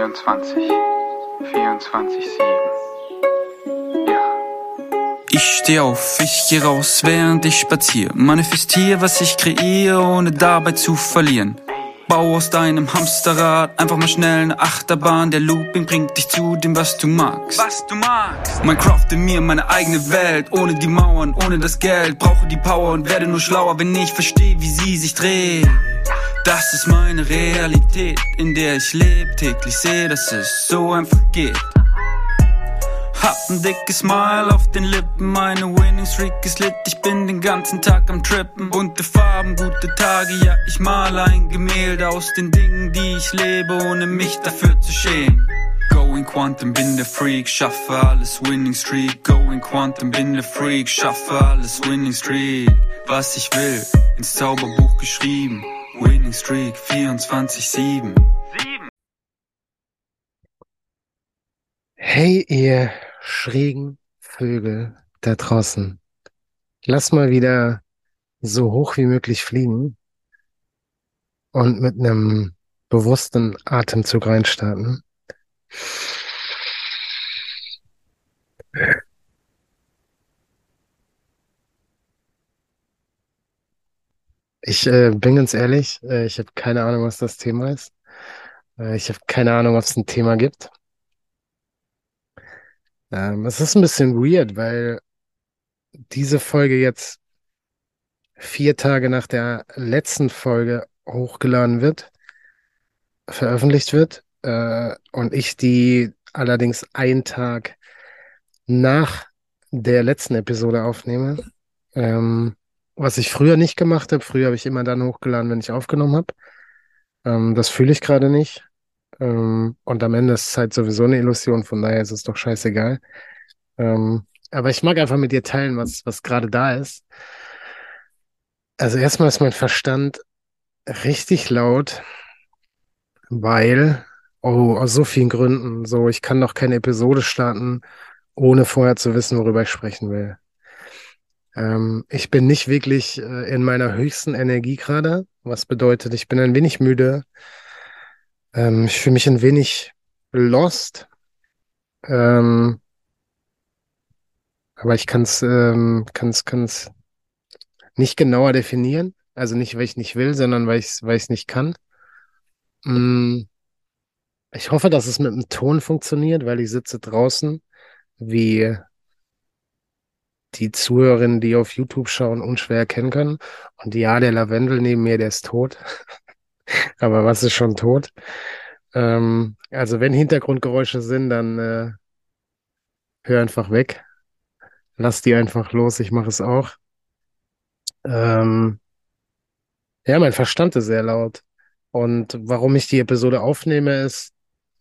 24, 24/7. Ja. Ich steh auf, ich geh raus, während ich spazier. Manifestier, was ich kreiere, ohne dabei zu verlieren. Bau aus deinem Hamsterrad einfach mal schnell eine Achterbahn. Der Looping bringt dich zu dem, was du magst. Mein Craft in mir, meine eigene Welt. Ohne die Mauern, ohne das Geld. Brauche die Power und werde nur schlauer, wenn ich verstehe, wie sie sich dreht. Das ist meine Realität, in der ich lebe. Täglich sehe, dass es so einfach geht. Hab ein dickes Smile auf den Lippen, meine Winning Streak ist lit, ich bin den ganzen Tag am Trippen. Bunte Farben, gute Tage, ja, ich male ein Gemälde aus den Dingen, die ich lebe, ohne mich dafür zu schämen. Going Quantum, bin der Freak, schaffe alles Winning Streak. Going Quantum, bin der Freak, schaffe alles Winning Streak. Was ich will, ins Zauberbuch geschrieben, Winning Streak 24/7. Hey, ihr schrägen Vögel da draußen. Lass mal wieder so hoch wie möglich fliegen und mit einem bewussten Atemzug reinstarten. Ich bin ganz ehrlich, ich habe keine Ahnung, was das Thema ist. Ich habe keine Ahnung, ob es ein Thema gibt. Es ist ein bisschen weird, weil diese Folge jetzt 4 Tage nach der letzten Folge hochgeladen wird, veröffentlicht wird, und ich die allerdings einen Tag nach der letzten Episode aufnehme. Was ich früher nicht gemacht habe. Früher habe ich immer dann hochgeladen, wenn ich aufgenommen habe. Das fühle ich gerade nicht. Und am Ende ist Zeit sowieso eine Illusion, von daher ist es doch scheißegal. Aber ich mag einfach mit dir teilen, was gerade da ist. Also erstmal ist mein Verstand richtig laut, weil, aus so vielen Gründen, so, ich kann doch keine Episode starten, ohne vorher zu wissen, worüber ich sprechen will. Ich bin nicht wirklich in meiner höchsten Energie gerade, was bedeutet, ich bin ein wenig müde. Ich fühle mich ein wenig lost. Aber ich kann's nicht genauer definieren. Also nicht, weil ich nicht will, sondern weil ich nicht kann. Mm, Ich hoffe, dass es mit dem Ton funktioniert, weil ich sitze draußen, wie die Zuhörerinnen, die auf YouTube schauen, unschwer erkennen können. Und ja, der Lavendel neben mir, der ist tot. Aber was ist schon tot? Also wenn Hintergrundgeräusche sind, dann hör einfach weg. Lass die einfach los, ich mache es auch. Ähm, ja, mein Verstand ist sehr laut. Und warum ich die Episode aufnehme, ist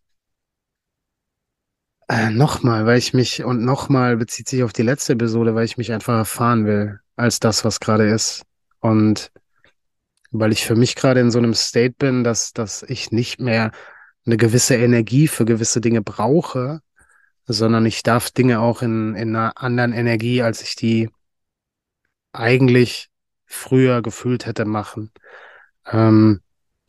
nochmal, und nochmal bezieht sich auf die letzte Episode, weil ich mich einfach erfahren will, als das, was gerade ist. Und weil ich für mich gerade in so einem State bin, dass ich nicht mehr eine gewisse Energie für gewisse Dinge brauche, sondern ich darf Dinge auch in einer anderen Energie, als ich die eigentlich früher gefühlt hätte, machen. Ähm,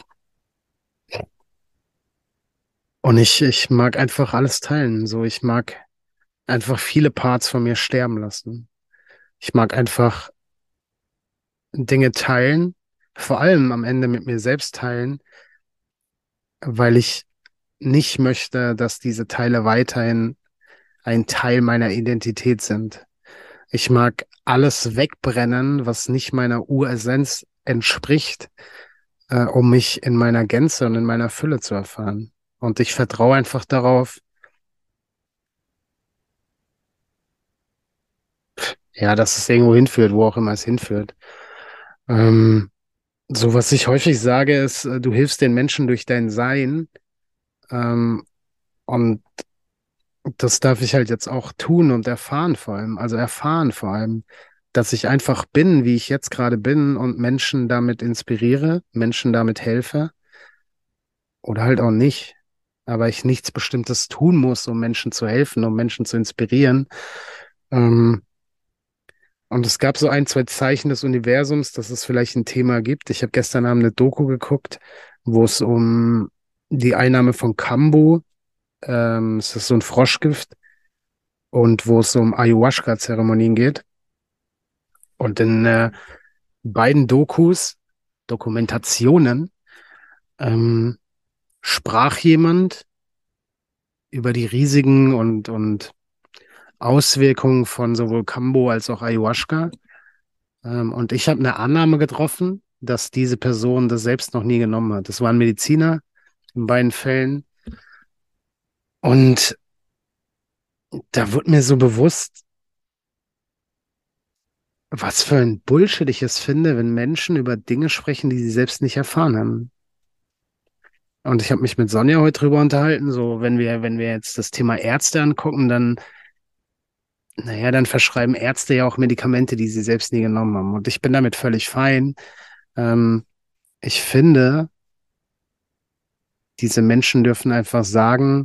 und ich mag einfach alles teilen. So, ich mag einfach viele Parts von mir sterben lassen. Ich mag einfach Dinge teilen, vor allem am Ende mit mir selbst teilen, weil ich nicht möchte, dass diese Teile weiterhin ein Teil meiner Identität sind. Ich mag alles wegbrennen, was nicht meiner Uressenz entspricht, um mich in meiner Gänze und in meiner Fülle zu erfahren. Und ich vertraue einfach darauf, ja, dass es irgendwo hinführt, wo auch immer es hinführt. Ähm, so, was ich häufig sage, ist, du hilfst den Menschen durch dein Sein. Ähm, und das darf ich halt jetzt auch tun und erfahren vor allem. Also erfahren vor allem, dass ich einfach bin, wie ich jetzt gerade bin und Menschen damit inspiriere, Menschen damit helfe oder halt auch nicht. Aber ich nichts Bestimmtes tun muss, um Menschen zu helfen, um Menschen zu inspirieren. Ähm, und es gab so ein, zwei Zeichen des Universums, dass es vielleicht ein Thema gibt. Ich habe gestern Abend eine Doku geguckt, wo es um die Einnahme von Kambo Es ist so ein Froschgift und wo es um Ayahuasca-Zeremonien geht. Und in beiden Dokumentationen, ähm, sprach jemand über die Risiken und Auswirkungen von sowohl Kambo als auch Ayahuasca. Und ich habe eine Annahme getroffen, dass diese Person das selbst noch nie genommen hat. Das waren Mediziner in beiden Fällen. Und da wurde mir so bewusst, was für ein Bullshit ich es finde, wenn Menschen über Dinge sprechen, die sie selbst nicht erfahren haben. Und ich habe mich mit Sonja heute drüber unterhalten, so wenn wir jetzt das Thema Ärzte angucken, dann, naja, dann verschreiben Ärzte ja auch Medikamente, die sie selbst nie genommen haben. Und ich bin damit völlig fein. Ähm, Ich finde, diese Menschen dürfen einfach sagen,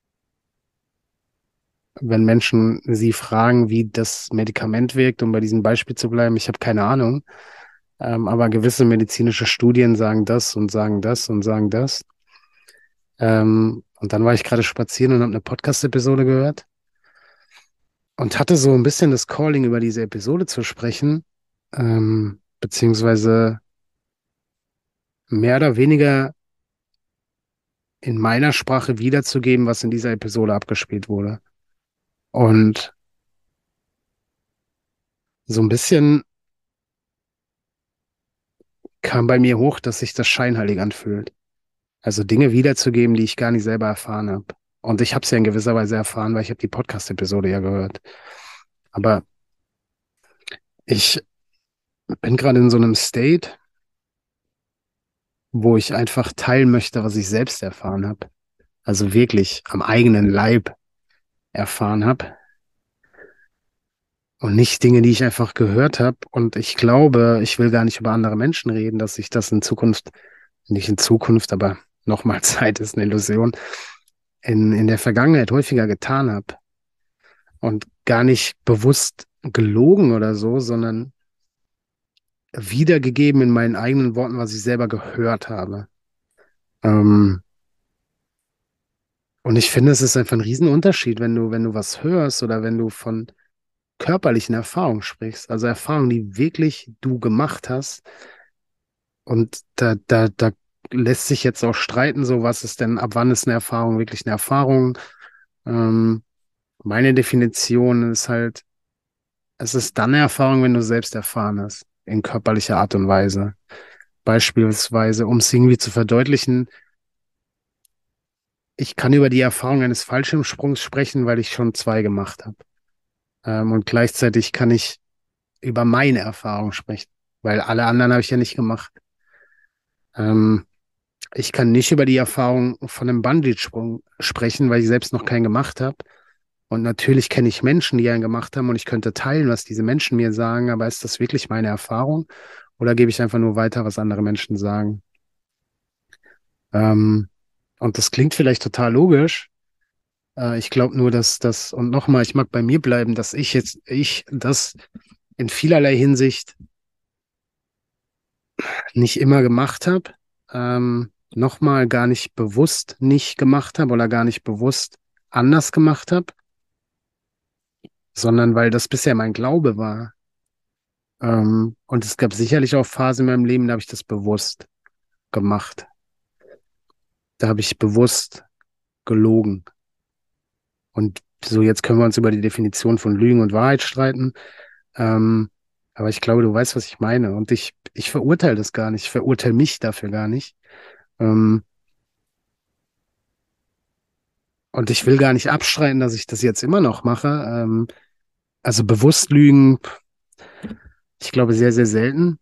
wenn Menschen sie fragen, wie das Medikament wirkt, um bei diesem Beispiel zu bleiben, ich habe keine Ahnung, aber gewisse medizinische Studien sagen das und sagen das und sagen das. Und dann war ich gerade spazieren und habe eine Podcast-Episode gehört und hatte so ein bisschen das Calling, über diese Episode zu sprechen, beziehungsweise mehr oder weniger in meiner Sprache wiederzugeben, was in dieser Episode abgespielt wurde. Und so ein bisschen kam bei mir hoch, dass sich das scheinheilig anfühlt. Also Dinge wiederzugeben, die ich gar nicht selber erfahren habe. Und ich habe es ja in gewisser Weise erfahren, weil ich habe die Podcast-Episode ja gehört. Aber ich bin gerade in so einem State, wo ich einfach teilen möchte, was ich selbst erfahren habe. Also wirklich am eigenen Leib erfahren habe. Und nicht Dinge, die ich einfach gehört habe. Und ich glaube, ich will gar nicht über andere Menschen reden, dass ich das in Zukunft, nicht in Zukunft, aber nochmal Zeit ist eine Illusion, in der Vergangenheit häufiger getan habe. Und gar nicht bewusst gelogen oder so, sondern wiedergegeben in meinen eigenen Worten, was ich selber gehört habe. Ähm, und ich finde, es ist einfach ein Riesenunterschied, wenn du was hörst oder wenn du von körperlichen Erfahrungen sprichst. Also Erfahrungen, die wirklich du gemacht hast. Und da lässt sich jetzt auch streiten, so was ist denn, ab wann ist eine Erfahrung wirklich eine Erfahrung? Ähm, Meine Definition ist halt, es ist dann eine Erfahrung, wenn du selbst erfahren hast, in körperlicher Art und Weise. Beispielsweise, um es irgendwie zu verdeutlichen, ich kann über die Erfahrung eines Fallschirmsprungs sprechen, weil ich schon zwei gemacht habe. Und gleichzeitig kann ich über meine Erfahrung sprechen, weil alle anderen habe ich ja nicht gemacht. Ähm, Ich kann nicht über die Erfahrung von einem Bungee-Sprung sprechen, weil ich selbst noch keinen gemacht habe. Und natürlich kenne ich Menschen, die einen gemacht haben und ich könnte teilen, was diese Menschen mir sagen, aber ist das wirklich meine Erfahrung? Oder gebe ich einfach nur weiter, was andere Menschen sagen? Ähm, und das klingt vielleicht total logisch. Ich glaube nur, dass das, und nochmal, ich mag bei mir bleiben, dass ich das in vielerlei Hinsicht nicht immer gemacht habe. Nochmal gar nicht bewusst nicht gemacht habe oder gar nicht bewusst anders gemacht habe, sondern weil das bisher mein Glaube war. Und es gab sicherlich auch Phasen in meinem Leben, da habe ich das bewusst gemacht. Da habe ich bewusst gelogen. Und so, jetzt können wir uns über die Definition von Lügen und Wahrheit streiten. Ähm, aber ich glaube, du weißt, was ich meine. Und ich verurteile das gar nicht. Ich verurteile mich dafür gar nicht. Ähm, und ich will gar nicht abstreiten, dass ich das jetzt immer noch mache. Also bewusst lügen, ich glaube, sehr, sehr selten.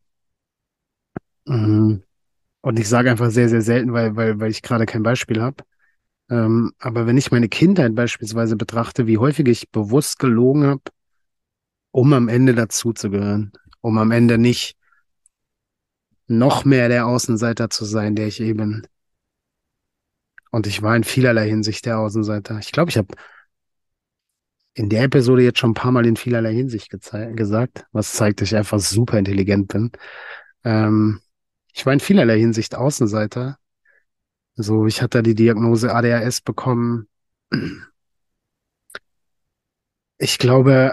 Ähm, und ich sage einfach sehr, sehr selten, weil ich gerade kein Beispiel habe. Aber wenn ich meine Kindheit beispielsweise betrachte, wie häufig ich bewusst gelogen habe, um am Ende dazuzugehören, um am Ende nicht noch mehr der Außenseiter zu sein, der ich eben. Und ich war in vielerlei Hinsicht der Außenseiter. Ich glaube, ich habe in der Episode jetzt schon ein paar Mal in vielerlei Hinsicht gesagt, was zeigt, dass ich einfach super intelligent bin. Ähm, Ich war in vielerlei Hinsicht Außenseiter. So, ich hatte die Diagnose ADHS bekommen, Ich glaube,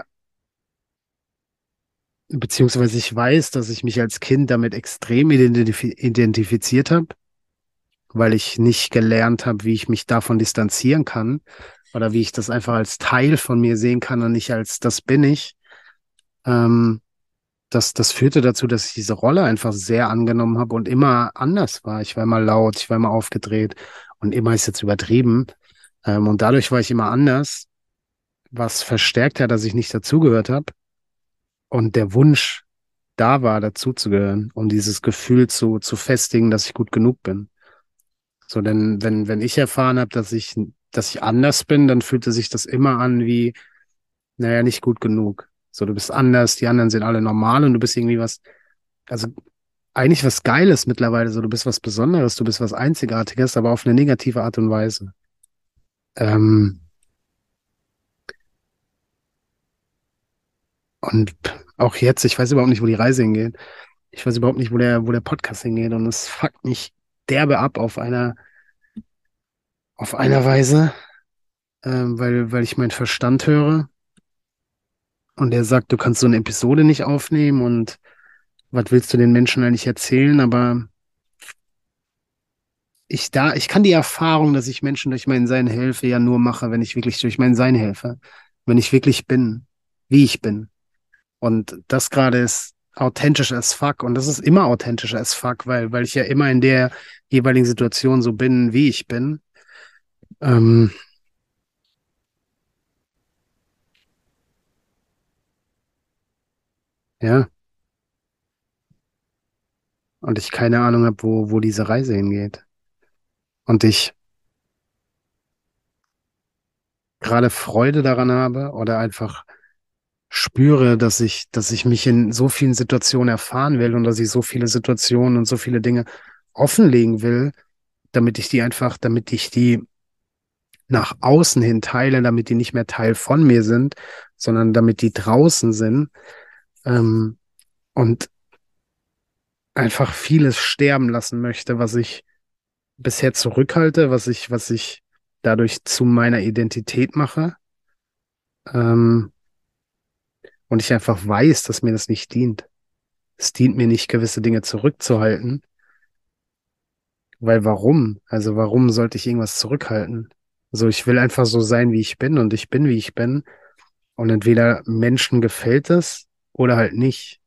beziehungsweise ich weiß, dass ich mich als Kind damit extrem identifiziert habe, weil ich nicht gelernt habe, wie ich mich davon distanzieren kann oder wie ich das einfach als Teil von mir sehen kann und nicht als das bin ich. Ähm, das führte dazu, dass ich diese Rolle einfach sehr angenommen habe und immer anders war. Ich war immer laut, ich war immer aufgedreht und immer ist jetzt übertrieben. Und dadurch war ich immer anders, was verstärkt hat, dass ich nicht dazugehört habe und der Wunsch da war, dazuzugehören, um dieses Gefühl zu festigen, dass ich gut genug bin. So, denn wenn ich erfahren habe, dass ich anders bin, dann fühlte sich das immer an wie, naja, nicht gut genug. So, du bist anders, die anderen sind alle normal und du bist irgendwie was, also eigentlich was Geiles mittlerweile. So, du bist was Besonderes, du bist was Einzigartiges, aber auf eine negative Art und Weise. Ähm, und auch jetzt, ich weiß überhaupt nicht, wo die Reise hingeht. Ich weiß überhaupt nicht, wo der Podcast hingeht. Und es fuckt mich derbe ab auf einer Weise, weil ich meinen Verstand höre und der sagt, du kannst so eine Episode nicht aufnehmen und was willst du den Menschen eigentlich erzählen? Aber ich kann die Erfahrung, dass ich Menschen durch mein Sein helfe, ja nur mache, wenn ich wirklich durch mein Sein helfe. Wenn ich wirklich bin, wie ich bin. Und das gerade ist authentisch as fuck. Und das ist immer authentisch as fuck, weil ich ja immer in der jeweiligen Situation so bin, wie ich bin. Ähm, ja, und ich keine Ahnung habe, wo diese Reise hingeht. Und ich gerade Freude daran habe oder einfach spüre, dass ich mich in so vielen Situationen erfahren will und dass ich so viele Situationen und so viele Dinge offenlegen will, damit ich die nach außen hin teile, damit die nicht mehr Teil von mir sind, sondern damit die draußen sind, ähm, und einfach vieles sterben lassen möchte, was ich bisher zurückhalte, was ich dadurch zu meiner Identität mache, ähm, und ich einfach weiß, dass mir das nicht dient. Es dient mir nicht, gewisse Dinge zurückzuhalten. Weil warum? Also warum sollte ich irgendwas zurückhalten? So, ich will einfach so sein, wie ich bin und ich bin, wie ich bin. Und entweder Menschen gefällt es oder halt nicht.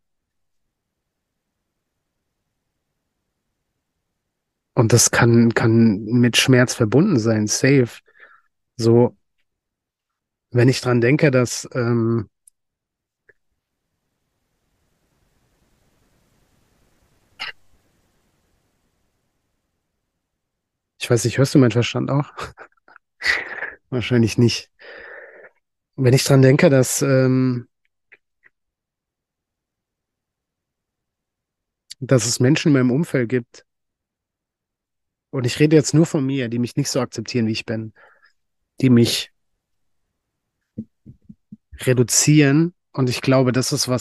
Und das kann mit Schmerz verbunden sein, safe. So, wenn ich dran denke, ich weiß nicht, hörst du meinen Verstand auch? Wahrscheinlich nicht. Wenn ich dran denke, dass es Menschen in meinem Umfeld gibt, und ich rede jetzt nur von mir, die mich nicht so akzeptieren, wie ich bin, die mich reduzieren. Und ich glaube, das ist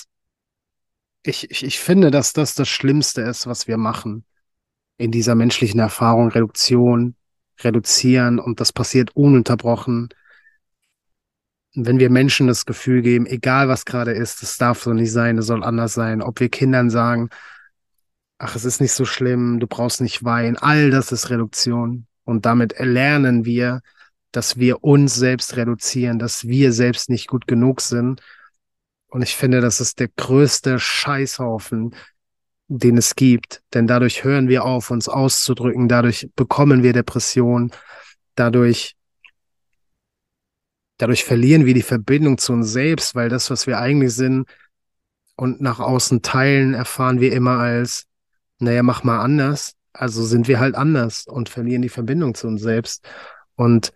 ich finde, dass das das Schlimmste ist, was wir machen in dieser menschlichen Erfahrung. Reduktion, reduzieren und das passiert ununterbrochen. Und wenn wir Menschen das Gefühl geben, egal was gerade ist, es darf so nicht sein, es soll anders sein, ob wir Kindern sagen, ach, es ist nicht so schlimm, du brauchst nicht weinen, all das ist Reduktion. Und damit erlernen wir, dass wir uns selbst reduzieren, dass wir selbst nicht gut genug sind. Und ich finde, das ist der größte Scheißhaufen, den es gibt. Denn dadurch hören wir auf, uns auszudrücken, dadurch bekommen wir Depressionen, dadurch, dadurch verlieren wir die Verbindung zu uns selbst, weil das, was wir eigentlich sind und nach außen teilen, erfahren wir immer als, naja, mach mal anders. Also sind wir halt anders und verlieren die Verbindung zu uns selbst. Und,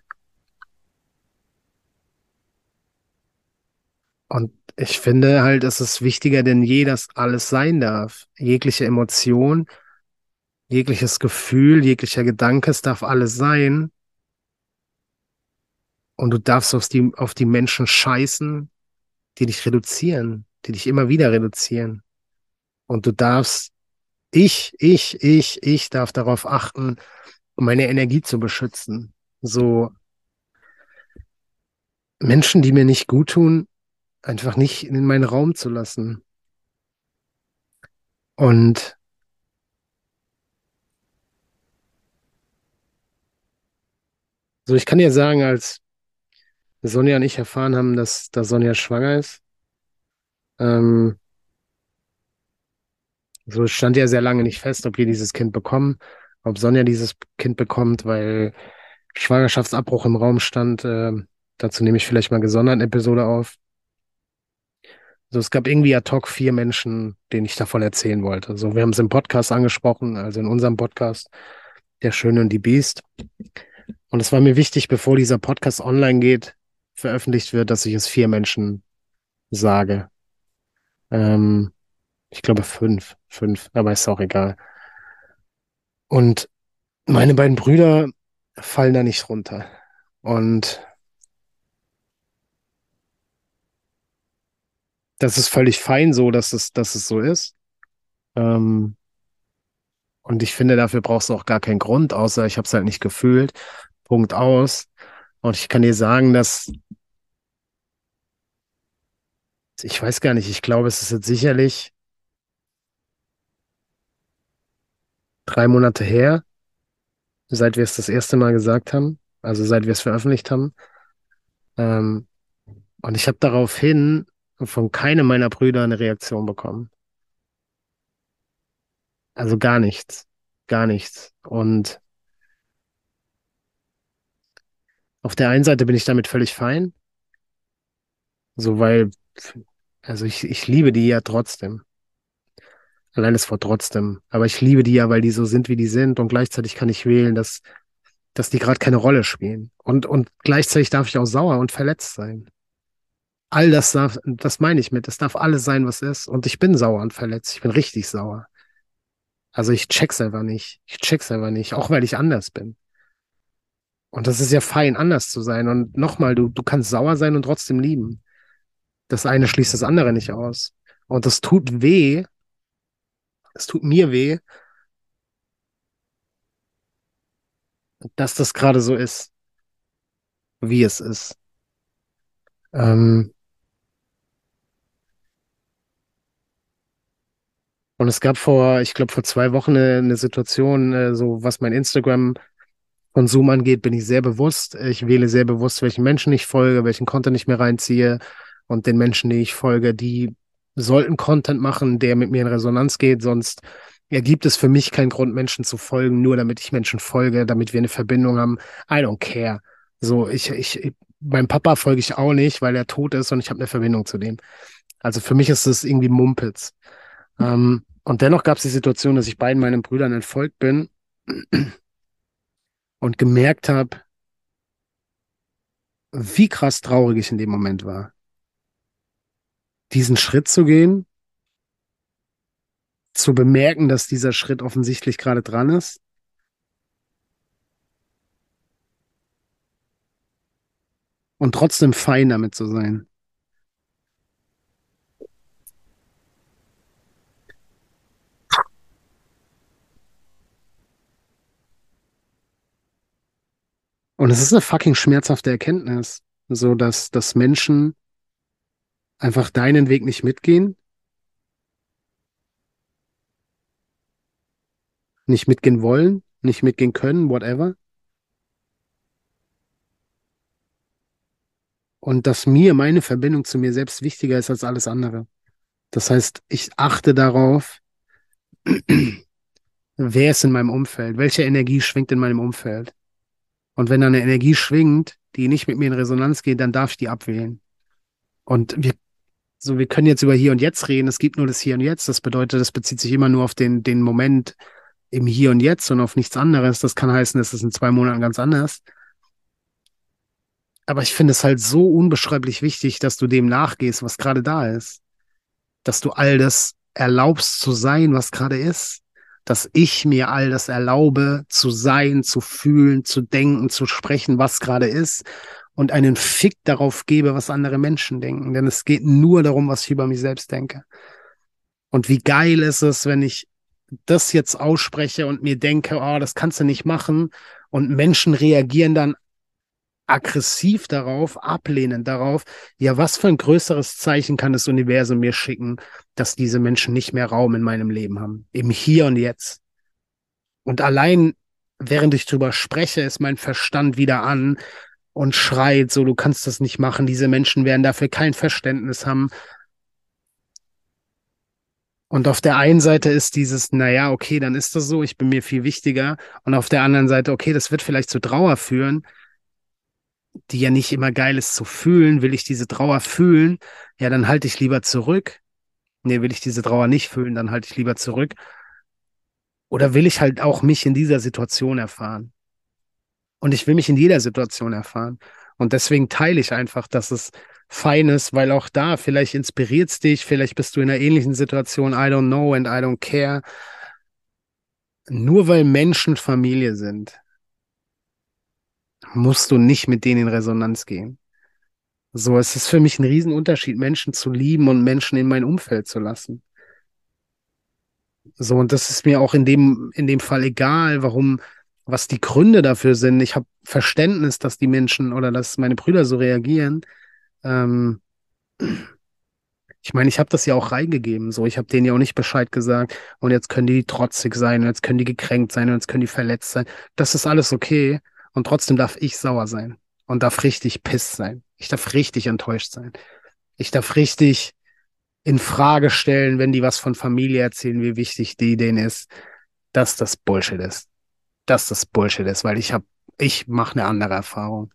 und ich finde halt, es ist wichtiger denn je, dass alles sein darf. Jegliche Emotion, jegliches Gefühl, jeglicher Gedanke, es darf alles sein. Und du darfst auf die Menschen scheißen, die dich reduzieren, die dich immer wieder reduzieren. Und du darfst, ich darf darauf achten, um meine Energie zu beschützen. So, Menschen, die mir nicht gut tun, einfach nicht in meinen Raum zu lassen. Und so, ich kann dir sagen, als Sonja und ich erfahren haben, dass Sonja schwanger ist, ähm, so es stand ja sehr lange nicht fest, ob wir dieses Kind bekommen, ob Sonja dieses Kind bekommt, weil Schwangerschaftsabbruch im Raum stand. Dazu nehme ich vielleicht mal gesondert eine Episode auf. So, es gab irgendwie ad hoc 4 Menschen, denen ich davon erzählen wollte. So, wir haben es im Podcast angesprochen, also in unserem Podcast, Der Schöne und die Biest. Und es war mir wichtig, bevor dieser Podcast online geht, veröffentlicht wird, dass ich es 4 Menschen sage. Ähm, Ich glaube 5, aber ist auch egal. Und meine beiden Brüder fallen da nicht runter. Und das ist völlig fein so, dass es so ist. Ähm, und ich finde, dafür brauchst du auch gar keinen Grund, außer ich habe es halt nicht gefühlt. Punkt aus. Und ich kann dir sagen, dass, ich weiß gar nicht, ich glaube, es ist jetzt sicherlich 3 Monate her, seit wir es das erste Mal gesagt haben, also seit wir es veröffentlicht haben. Ähm, und ich habe daraufhin von keinem meiner Brüder eine Reaktion bekommen. Also gar nichts. Gar nichts. Und auf der einen Seite bin ich damit völlig fein, so weil, also ich liebe die ja trotzdem. Allein das Wort trotzdem. Aber ich liebe die ja, weil die so sind, wie die sind. Und gleichzeitig kann ich wählen, dass die gerade keine Rolle spielen. Und gleichzeitig darf ich auch sauer und verletzt sein. All das darf, das meine ich mit. Es darf alles sein, was ist. Und ich bin sauer und verletzt. Ich bin richtig sauer. Also ich check's einfach nicht. Ich check's einfach nicht. Auch weil ich anders bin. Und das ist ja fein, anders zu sein. Und nochmal, du kannst sauer sein und trotzdem lieben. Das eine schließt das andere nicht aus. Und das tut weh. Es tut mir weh, dass das gerade so ist, wie es ist. Ähm, und es gab ich glaube, vor 2 Wochen eine Situation, so was mein Instagram-Konsum angeht, bin ich sehr bewusst. Ich wähle sehr bewusst, welchen Menschen ich folge, welchen Content ich mir reinziehe. Und den Menschen, die ich folge, die sollten Content machen, der mit mir in Resonanz geht. Sonst ergibt es für mich keinen Grund, Menschen zu folgen, nur damit ich Menschen folge, damit wir eine Verbindung haben. I don't care. So, meinem Papa folge ich auch nicht, weil er tot ist und ich habe eine Verbindung zu dem. Also für mich ist es irgendwie Mumpitz. Und dennoch gab es die Situation, dass ich beiden meinen Brüdern entfolgt bin und gemerkt habe, wie krass traurig ich in dem Moment war. Diesen Schritt zu gehen, zu bemerken, dass dieser Schritt offensichtlich gerade dran ist und trotzdem fein damit zu sein. Und es ist eine fucking schmerzhafte Erkenntnis, so dass Menschen einfach deinen Weg nicht mitgehen, nicht mitgehen wollen, nicht mitgehen können, whatever. Und dass mir meine Verbindung zu mir selbst wichtiger ist als alles andere. Das heißt, ich achte darauf, wer ist in meinem Umfeld, welche Energie schwingt in meinem Umfeld. Und wenn da eine Energie schwingt, die nicht mit mir in Resonanz geht, dann darf ich die abwählen. Und wir können jetzt über Hier und Jetzt reden. Es gibt nur das Hier und Jetzt. Das bedeutet, das bezieht sich immer nur auf den Moment im Hier und Jetzt und auf nichts anderes. Das kann heißen, es ist in 2 Monaten ganz anders. Aber ich finde es halt so unbeschreiblich wichtig, dass du dem nachgehst, was gerade da ist. Dass du all das erlaubst zu sein, was gerade ist. Dass ich mir all das erlaube, zu sein, zu fühlen, zu denken, zu sprechen, was gerade ist. Und einen Fick darauf gebe, was andere Menschen denken. Denn es geht nur darum, was ich über mich selbst denke. Und wie geil ist es, wenn ich das jetzt ausspreche und mir denke, oh, das kannst du nicht machen. Und Menschen reagieren dann aggressiv darauf, ablehnend darauf, ja, was für ein größeres Zeichen kann das Universum mir schicken, dass diese Menschen nicht mehr Raum in meinem Leben haben, im Hier und Jetzt. Und allein, während ich drüber spreche, ist mein Verstand wieder an und schreit so, du kannst das nicht machen, diese Menschen werden dafür kein Verständnis haben. Und auf der einen Seite ist dieses, naja, okay, dann ist das so, ich bin mir viel wichtiger. Und auf der anderen Seite, okay, das wird vielleicht zu Trauer führen, die ja nicht immer geil ist zu fühlen. Will ich diese Trauer fühlen? Ja, dann halte ich lieber zurück. Nee, will ich diese Trauer nicht fühlen, dann halte ich lieber zurück. Oder will ich halt auch mich in dieser Situation erfahren? Und ich will mich in jeder Situation erfahren. Und deswegen teile ich einfach, dass es fein ist, weil auch da, vielleicht inspiriert es dich, vielleicht bist du in einer ähnlichen Situation, I don't know and I don't care. Nur weil Menschen Familie sind, musst du nicht mit denen in Resonanz gehen. So, es ist für mich ein Riesenunterschied, Menschen zu lieben und Menschen in mein Umfeld zu lassen. So, und das ist mir auch in dem Fall egal, warum, was die Gründe dafür sind. Ich habe Verständnis, dass die Menschen oder dass meine Brüder so reagieren. Ähm, Ich meine, ich habe das ja auch reingegeben. So, ich habe denen ja auch nicht Bescheid gesagt. Und jetzt können die trotzig sein, und jetzt können die gekränkt sein, und jetzt können die verletzt sein. Das ist alles okay. Und trotzdem darf ich sauer sein und darf richtig pisst sein. Ich darf richtig enttäuscht sein. Ich darf richtig in Frage stellen, wenn die was von Familie erzählen, wie wichtig die denen ist, dass das Bullshit ist. Dass das Bullshit ist, weil ich mache eine andere Erfahrung.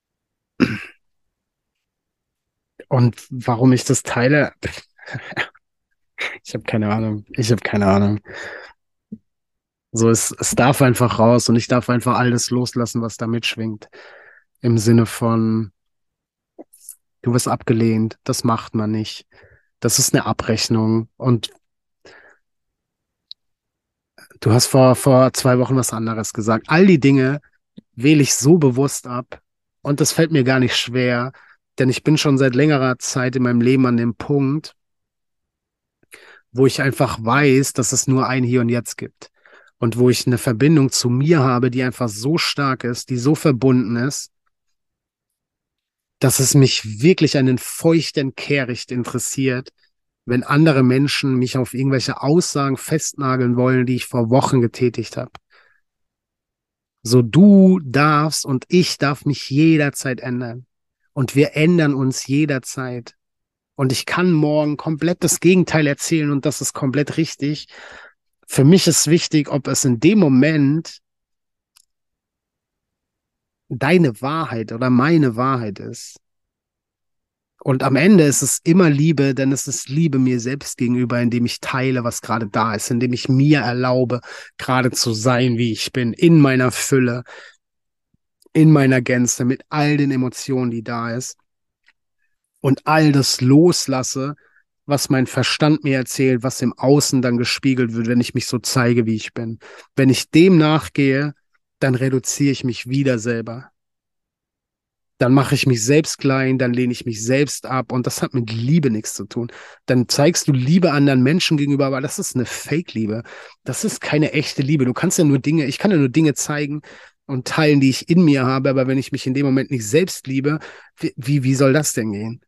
Und warum ich das teile, ich habe keine Ahnung. Ich habe keine Ahnung. So, es darf einfach raus und ich darf einfach alles loslassen, was da mitschwingt. Im Sinne von, du wirst abgelehnt, das macht man nicht. Das ist eine Abrechnung. Und du hast vor 2 Wochen was anderes gesagt. All die Dinge wähle ich so bewusst ab. Und das fällt mir gar nicht schwer, denn ich bin schon seit längerer Zeit in meinem Leben an dem Punkt, wo ich einfach weiß, dass es nur ein Hier und Jetzt gibt. Und wo ich eine Verbindung zu mir habe, die einfach so stark ist, die so verbunden ist, dass es mich wirklich einen feuchten Kehricht interessiert, wenn andere Menschen mich auf irgendwelche Aussagen festnageln wollen, die ich vor Wochen getätigt habe. So, du darfst und ich darf mich jederzeit ändern. Und wir ändern uns jederzeit. Und ich kann morgen komplett das Gegenteil erzählen und das ist komplett richtig. Für mich ist wichtig, ob es in dem Moment deine Wahrheit oder meine Wahrheit ist. Und am Ende ist es immer Liebe, denn es ist Liebe mir selbst gegenüber, indem ich teile, was gerade da ist, indem ich mir erlaube, gerade zu sein, wie ich bin, in meiner Fülle, in meiner Gänze, mit all den Emotionen, die da ist und all das loslasse, was mein Verstand mir erzählt, was im Außen dann gespiegelt wird, wenn ich mich so zeige, wie ich bin. Wenn ich dem nachgehe, dann reduziere ich mich wieder selber. Dann mache ich mich selbst klein, dann lehne ich mich selbst ab und das hat mit Liebe nichts zu tun. Dann zeigst du Liebe anderen Menschen gegenüber, aber das ist eine Fake-Liebe. Das ist keine echte Liebe. Ich kann ja nur Dinge zeigen und teilen, die ich in mir habe, aber wenn ich mich in dem Moment nicht selbst liebe, wie soll das denn gehen?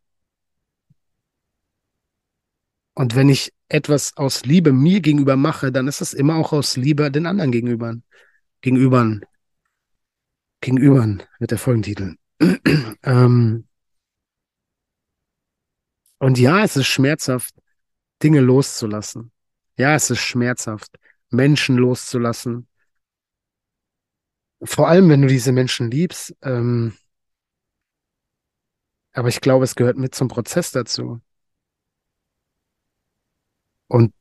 Und wenn ich etwas aus Liebe mir gegenüber mache, dann ist es immer auch aus Liebe den anderen gegenüber. Gegenübern. Gegenübern wird der Folgentitel. ähm, und ja, es ist schmerzhaft, Dinge loszulassen. Ja, es ist schmerzhaft, Menschen loszulassen. Vor allem, wenn du diese Menschen liebst. Aber ich glaube, es gehört mit zum Prozess dazu. Und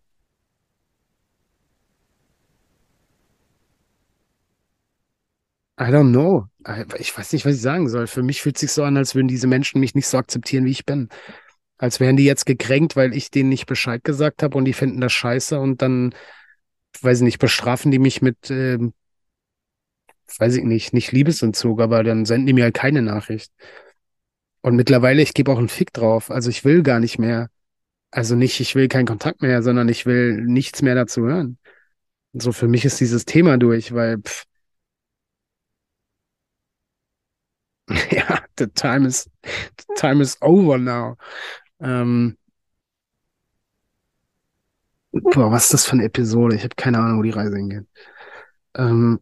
I don't know. Ich weiß nicht, was ich sagen soll. Für mich fühlt es sich so an, als würden diese Menschen mich nicht so akzeptieren, wie ich bin. Als wären die jetzt gekränkt, weil ich denen nicht Bescheid gesagt habe und die finden das scheiße und dann, weiß ich nicht, bestrafen die mich mit, weiß ich nicht Liebesentzug, aber dann senden die mir halt keine Nachricht. Und mittlerweile, ich gebe auch einen Fick drauf. Also ich will gar nicht mehr. Also nicht, ich will keinen Kontakt mehr, sondern ich will nichts mehr dazu hören. So für mich ist dieses Thema durch, weil Ja, the time is over now. Ähm, boah, was ist das für eine Episode? Ich habe keine Ahnung, wo die Reise hingeht. Ähm,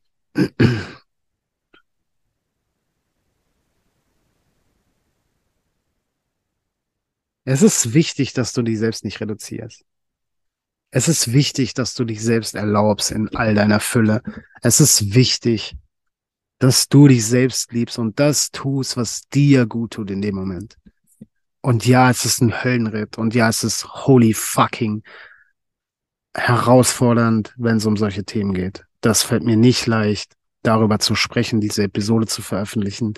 Es ist wichtig, dass du dich selbst nicht reduzierst. Es ist wichtig, dass du dich selbst erlaubst in all deiner Fülle. Es ist wichtig, dass du dich selbst liebst und das tust, was dir gut tut in dem Moment. Und ja, es ist ein Höllenritt und ja, es ist holy fucking herausfordernd, wenn es um solche Themen geht. Das fällt mir nicht leicht, darüber zu sprechen, diese Episode zu veröffentlichen.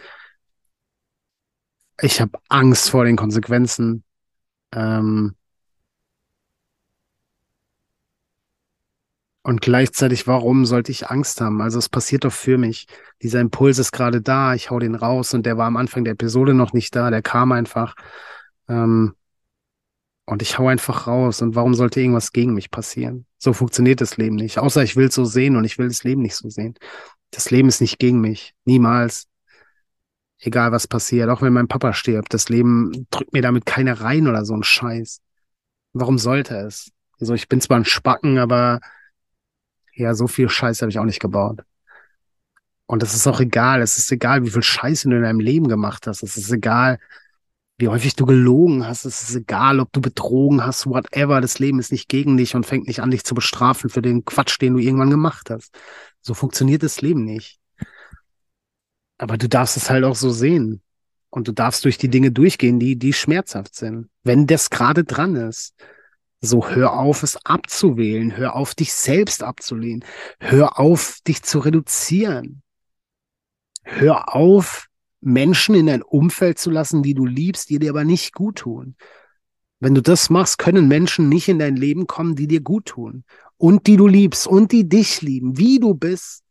Ich habe Angst vor den Konsequenzen. Ähm, und gleichzeitig, warum sollte ich Angst haben? Also es passiert doch für mich. Dieser Impuls ist gerade da, ich hau den raus und der war am Anfang der Episode noch nicht da, der kam einfach. Ähm, und ich hau einfach raus. Und warum sollte irgendwas gegen mich passieren? So funktioniert das Leben nicht. Außer ich will es so sehen und ich will das Leben nicht so sehen. Das Leben ist nicht gegen mich. Niemals. Egal was passiert. Auch wenn mein Papa stirbt. Das Leben drückt mir damit keine rein oder so ein Scheiß. Warum sollte es? Also ich bin zwar ein Spacken, aber ja, so viel Scheiß habe ich auch nicht gebaut. Und es ist auch egal. Es ist egal, wie viel Scheiße du in deinem Leben gemacht hast. Es ist egal, wie häufig du gelogen hast. Es ist egal, ob du betrogen hast, whatever. Das Leben ist nicht gegen dich und fängt nicht an, dich zu bestrafen für den Quatsch, den du irgendwann gemacht hast. So funktioniert das Leben nicht. Aber du darfst es halt auch so sehen. Und du darfst durch die Dinge durchgehen, die schmerzhaft sind. Wenn das gerade dran ist. So, hör auf, es abzuwählen. Hör auf, dich selbst abzulehnen. Hör auf, dich zu reduzieren. Hör auf, Menschen in dein Umfeld zu lassen, die du liebst, die dir aber nicht gut tun. Wenn du das machst, können Menschen nicht in dein Leben kommen, die dir gut tun und die du liebst und die dich lieben, wie du bist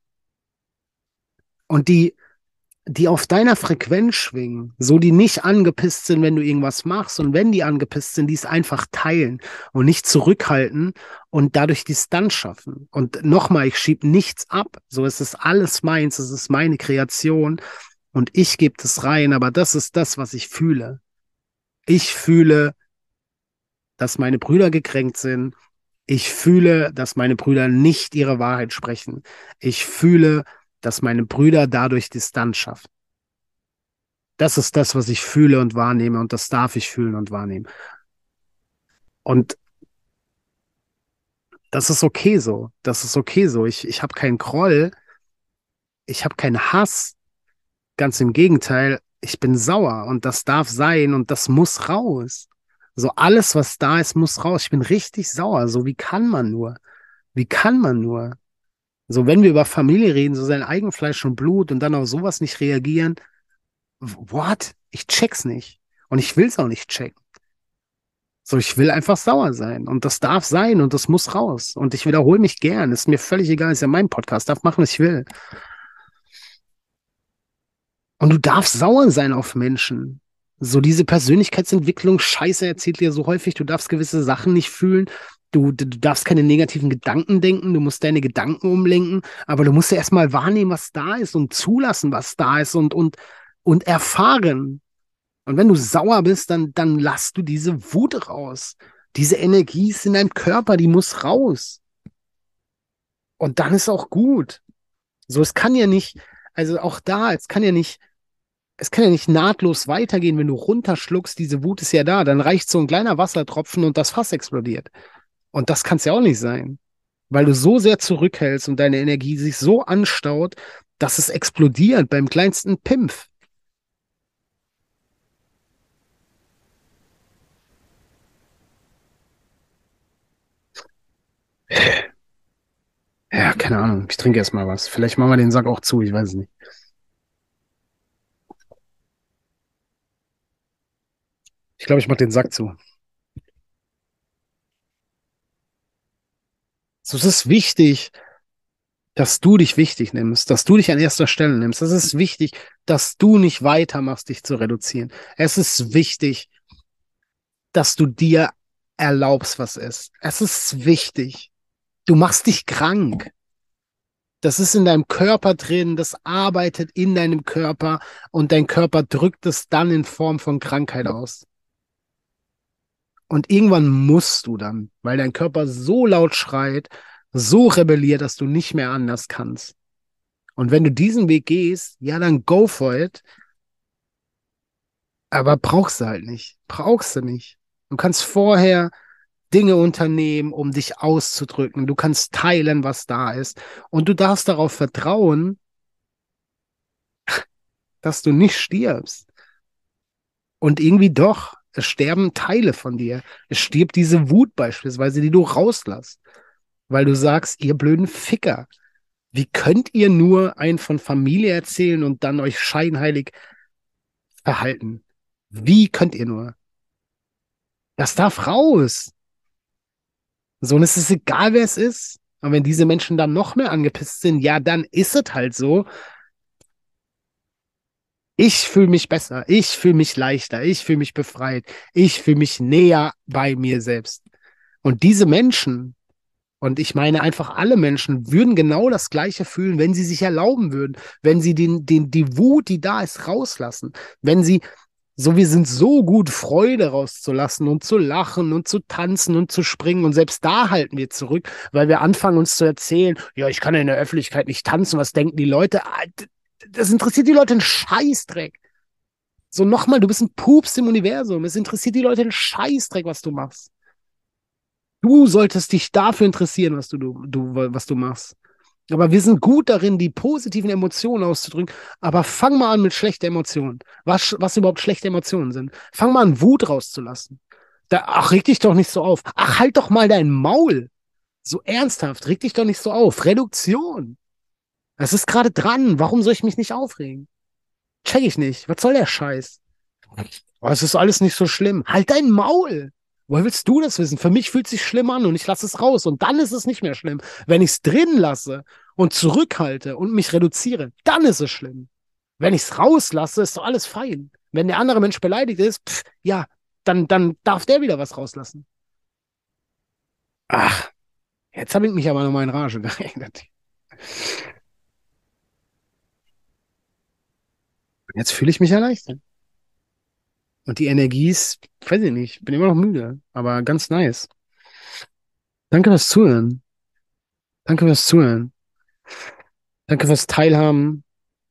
und die auf deiner Frequenz schwingen, so die nicht angepisst sind, wenn du irgendwas machst und wenn die angepisst sind, die es einfach teilen und nicht zurückhalten und dadurch Distanz schaffen. Und nochmal, ich schiebe nichts ab, so es ist alles meins, es ist meine Kreation und ich gebe das rein, aber das ist das, was ich fühle. Ich fühle, dass meine Brüder gekränkt sind. Ich fühle, dass meine Brüder nicht ihre Wahrheit sprechen. Ich fühle, dass meine Brüder dadurch Distanz schaffen. Das ist das, was ich fühle und wahrnehme und das darf ich fühlen und wahrnehmen. Und das ist okay so. Das ist okay so. Ich habe keinen Groll, ich habe keinen Hass. Ganz im Gegenteil, ich bin sauer und das darf sein und das muss raus. So alles, was da ist, muss raus. Ich bin richtig sauer. So wie kann man nur? Wie kann man nur? So, wenn wir über Familie reden, so sein Eigenfleisch und Blut und dann auf sowas nicht reagieren, what? Ich check's nicht. Und ich will's auch nicht checken. So, ich will einfach sauer sein. Und das darf sein und das muss raus. Und ich wiederhole mich gern. Ist mir völlig egal, ist ja mein Podcast, darf machen, was ich will. Und du darfst sauer sein auf Menschen. So diese Persönlichkeitsentwicklung, Scheiße erzählt dir so häufig, du darfst gewisse Sachen nicht fühlen. Du darfst keine negativen Gedanken denken, du musst deine Gedanken umlenken, aber du musst ja erstmal wahrnehmen, was da ist und zulassen, was da ist und erfahren. Und wenn du sauer bist, dann lass du diese Wut raus. Diese Energie ist in deinem Körper, die muss raus. Und dann ist auch gut. So, es kann ja nicht, also auch da, es kann ja nicht nahtlos weitergehen, wenn du runterschluckst, diese Wut ist ja da, dann reicht so ein kleiner Wassertropfen und das Fass explodiert. Und das kann es ja auch nicht sein, weil du so sehr zurückhältst und deine Energie sich so anstaut, dass es explodiert beim kleinsten Pimpf. Ja, keine Ahnung. Ich trinke erst mal was. Vielleicht machen wir den Sack auch zu, ich weiß es nicht. Ich glaube, ich mache den Sack zu. So, es ist wichtig, dass du dich wichtig nimmst, dass du dich an erster Stelle nimmst. Es ist wichtig, dass du nicht weitermachst, dich zu reduzieren. Es ist wichtig, dass du dir erlaubst, was ist. Es ist wichtig. Du machst dich krank. Das ist in deinem Körper drin, das arbeitet in deinem Körper und dein Körper drückt es dann in Form von Krankheit aus. Und irgendwann musst du dann, weil dein Körper so laut schreit, so rebelliert, dass du nicht mehr anders kannst. Und wenn du diesen Weg gehst, ja, dann go for it. Aber brauchst du halt nicht. Brauchst du nicht. Du kannst vorher Dinge unternehmen, um dich auszudrücken. Du kannst teilen, was da ist. Und du darfst darauf vertrauen, dass du nicht stirbst. Und irgendwie doch. Es sterben Teile von dir. Es stirbt diese Wut beispielsweise, die du rauslässt. Weil du sagst, ihr blöden Ficker, wie könnt ihr nur einen von Familie erzählen und dann euch scheinheilig verhalten? Wie könnt ihr nur? Das darf raus. So, und es ist egal, wer es ist. Und wenn diese Menschen dann noch mehr angepisst sind, ja, dann ist es halt so. Ich fühle mich besser, ich fühle mich leichter, ich fühle mich befreit, ich fühle mich näher bei mir selbst. Und diese Menschen, und ich meine einfach alle Menschen, würden genau das Gleiche fühlen, wenn sie sich erlauben würden, wenn sie die Wut, die da ist, rauslassen, wenn sie, so wir sind so gut, Freude rauszulassen und zu lachen und zu tanzen und zu springen und selbst da halten wir zurück, weil wir anfangen uns zu erzählen, ja, ich kann in der Öffentlichkeit nicht tanzen, was denken die Leute? Das interessiert die Leute einen Scheißdreck. So nochmal, du bist ein Pups im Universum, es interessiert die Leute einen Scheißdreck, was du machst. Du solltest dich dafür interessieren, was du machst. Aber wir sind gut darin, die positiven Emotionen auszudrücken. Aber fang mal an mit schlechten Emotionen. Was überhaupt schlechte Emotionen sind. Fang mal an, Wut rauszulassen. Ach, reg dich doch nicht so auf. Ach, halt doch mal dein Maul. So ernsthaft, reg dich doch nicht so auf. Reduktion. Es ist gerade dran. Warum soll ich mich nicht aufregen? Check ich nicht. Was soll der Scheiß? Oh, es ist alles nicht so schlimm. Halt dein Maul. Woher willst du das wissen? Für mich fühlt es sich schlimm an und ich lasse es raus. Und dann ist es nicht mehr schlimm. Wenn ich es drin lasse und zurückhalte und mich reduziere, dann ist es schlimm. Wenn ich es rauslasse, ist doch alles fein. Wenn der andere Mensch beleidigt ist, ja, dann darf der wieder was rauslassen. Ach, jetzt habe ich mich aber nochmal in Rage geredet. Jetzt fühle ich mich erleichtert. Und die Energie ist, weiß ich nicht, bin immer noch müde, aber ganz nice. Danke fürs Zuhören. Danke fürs Zuhören. Danke fürs Teilhaben.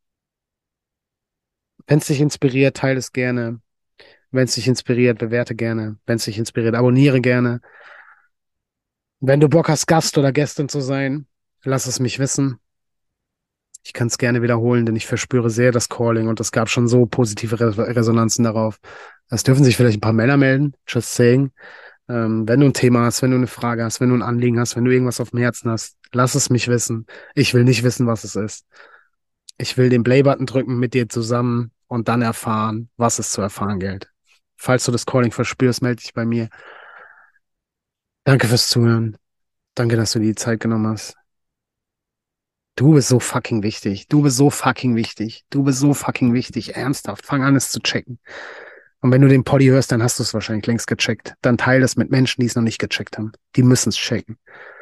Wenn es dich inspiriert, teile es gerne. Wenn es dich inspiriert, bewerte gerne. Wenn es dich inspiriert, abonniere gerne. Wenn du Bock hast, Gast oder Gästin zu sein, lass es mich wissen. Ich kann es gerne wiederholen, denn ich verspüre sehr das Calling und es gab schon so positive Resonanzen darauf. Es dürfen sich vielleicht ein paar Männer melden, just saying. Wenn du ein Thema hast, wenn du eine Frage hast, wenn du ein Anliegen hast, wenn du irgendwas auf dem Herzen hast, lass es mich wissen. Ich will nicht wissen, was es ist. Ich will den Play-Button drücken mit dir zusammen und dann erfahren, was es zu erfahren gilt. Falls du das Calling verspürst, melde dich bei mir. Danke fürs Zuhören. Danke, dass du dir die Zeit genommen hast. Du bist so fucking wichtig. Du bist so fucking wichtig. Du bist so fucking wichtig. Ernsthaft. Fang an, es zu checken. Und wenn du den Poddy hörst, dann hast du es wahrscheinlich längst gecheckt. Dann teile es mit Menschen, die es noch nicht gecheckt haben. Die müssen es checken.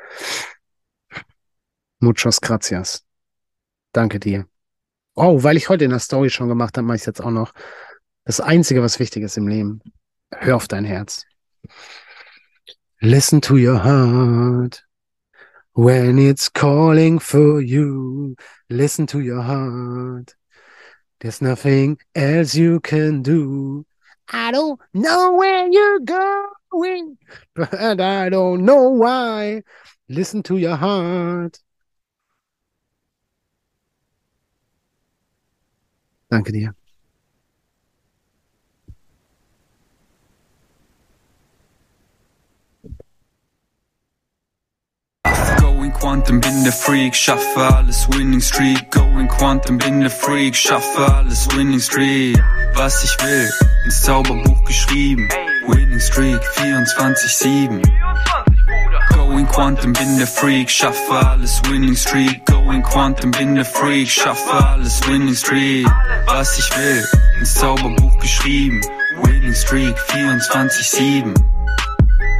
Muchos gracias. Danke dir. Oh, weil ich heute in der Story schon gemacht habe, mache ich es jetzt auch noch. Das Einzige, was wichtig ist im Leben, hör auf dein Herz. Listen to your heart. When it's calling for you, listen to your heart. There's nothing else you can do. I don't know where you're going, but I don't know why. Listen to your heart. Danke dir. Quantum, bin der Freak, schaffe alles, Winning Streak. Going Quantum, bin der Freak, schaffe alles, Winning Streak. Was ich will, ins Zauberbuch geschrieben. Winning Streak, 24/7. Going Quantum, bin der Freak, schaffe alles, Winning Streak. Going Quantum, bin der Freak, schaffe alles, Winning Streak. Was ich will, ins Zauberbuch geschrieben. Winning Streak, 24/7.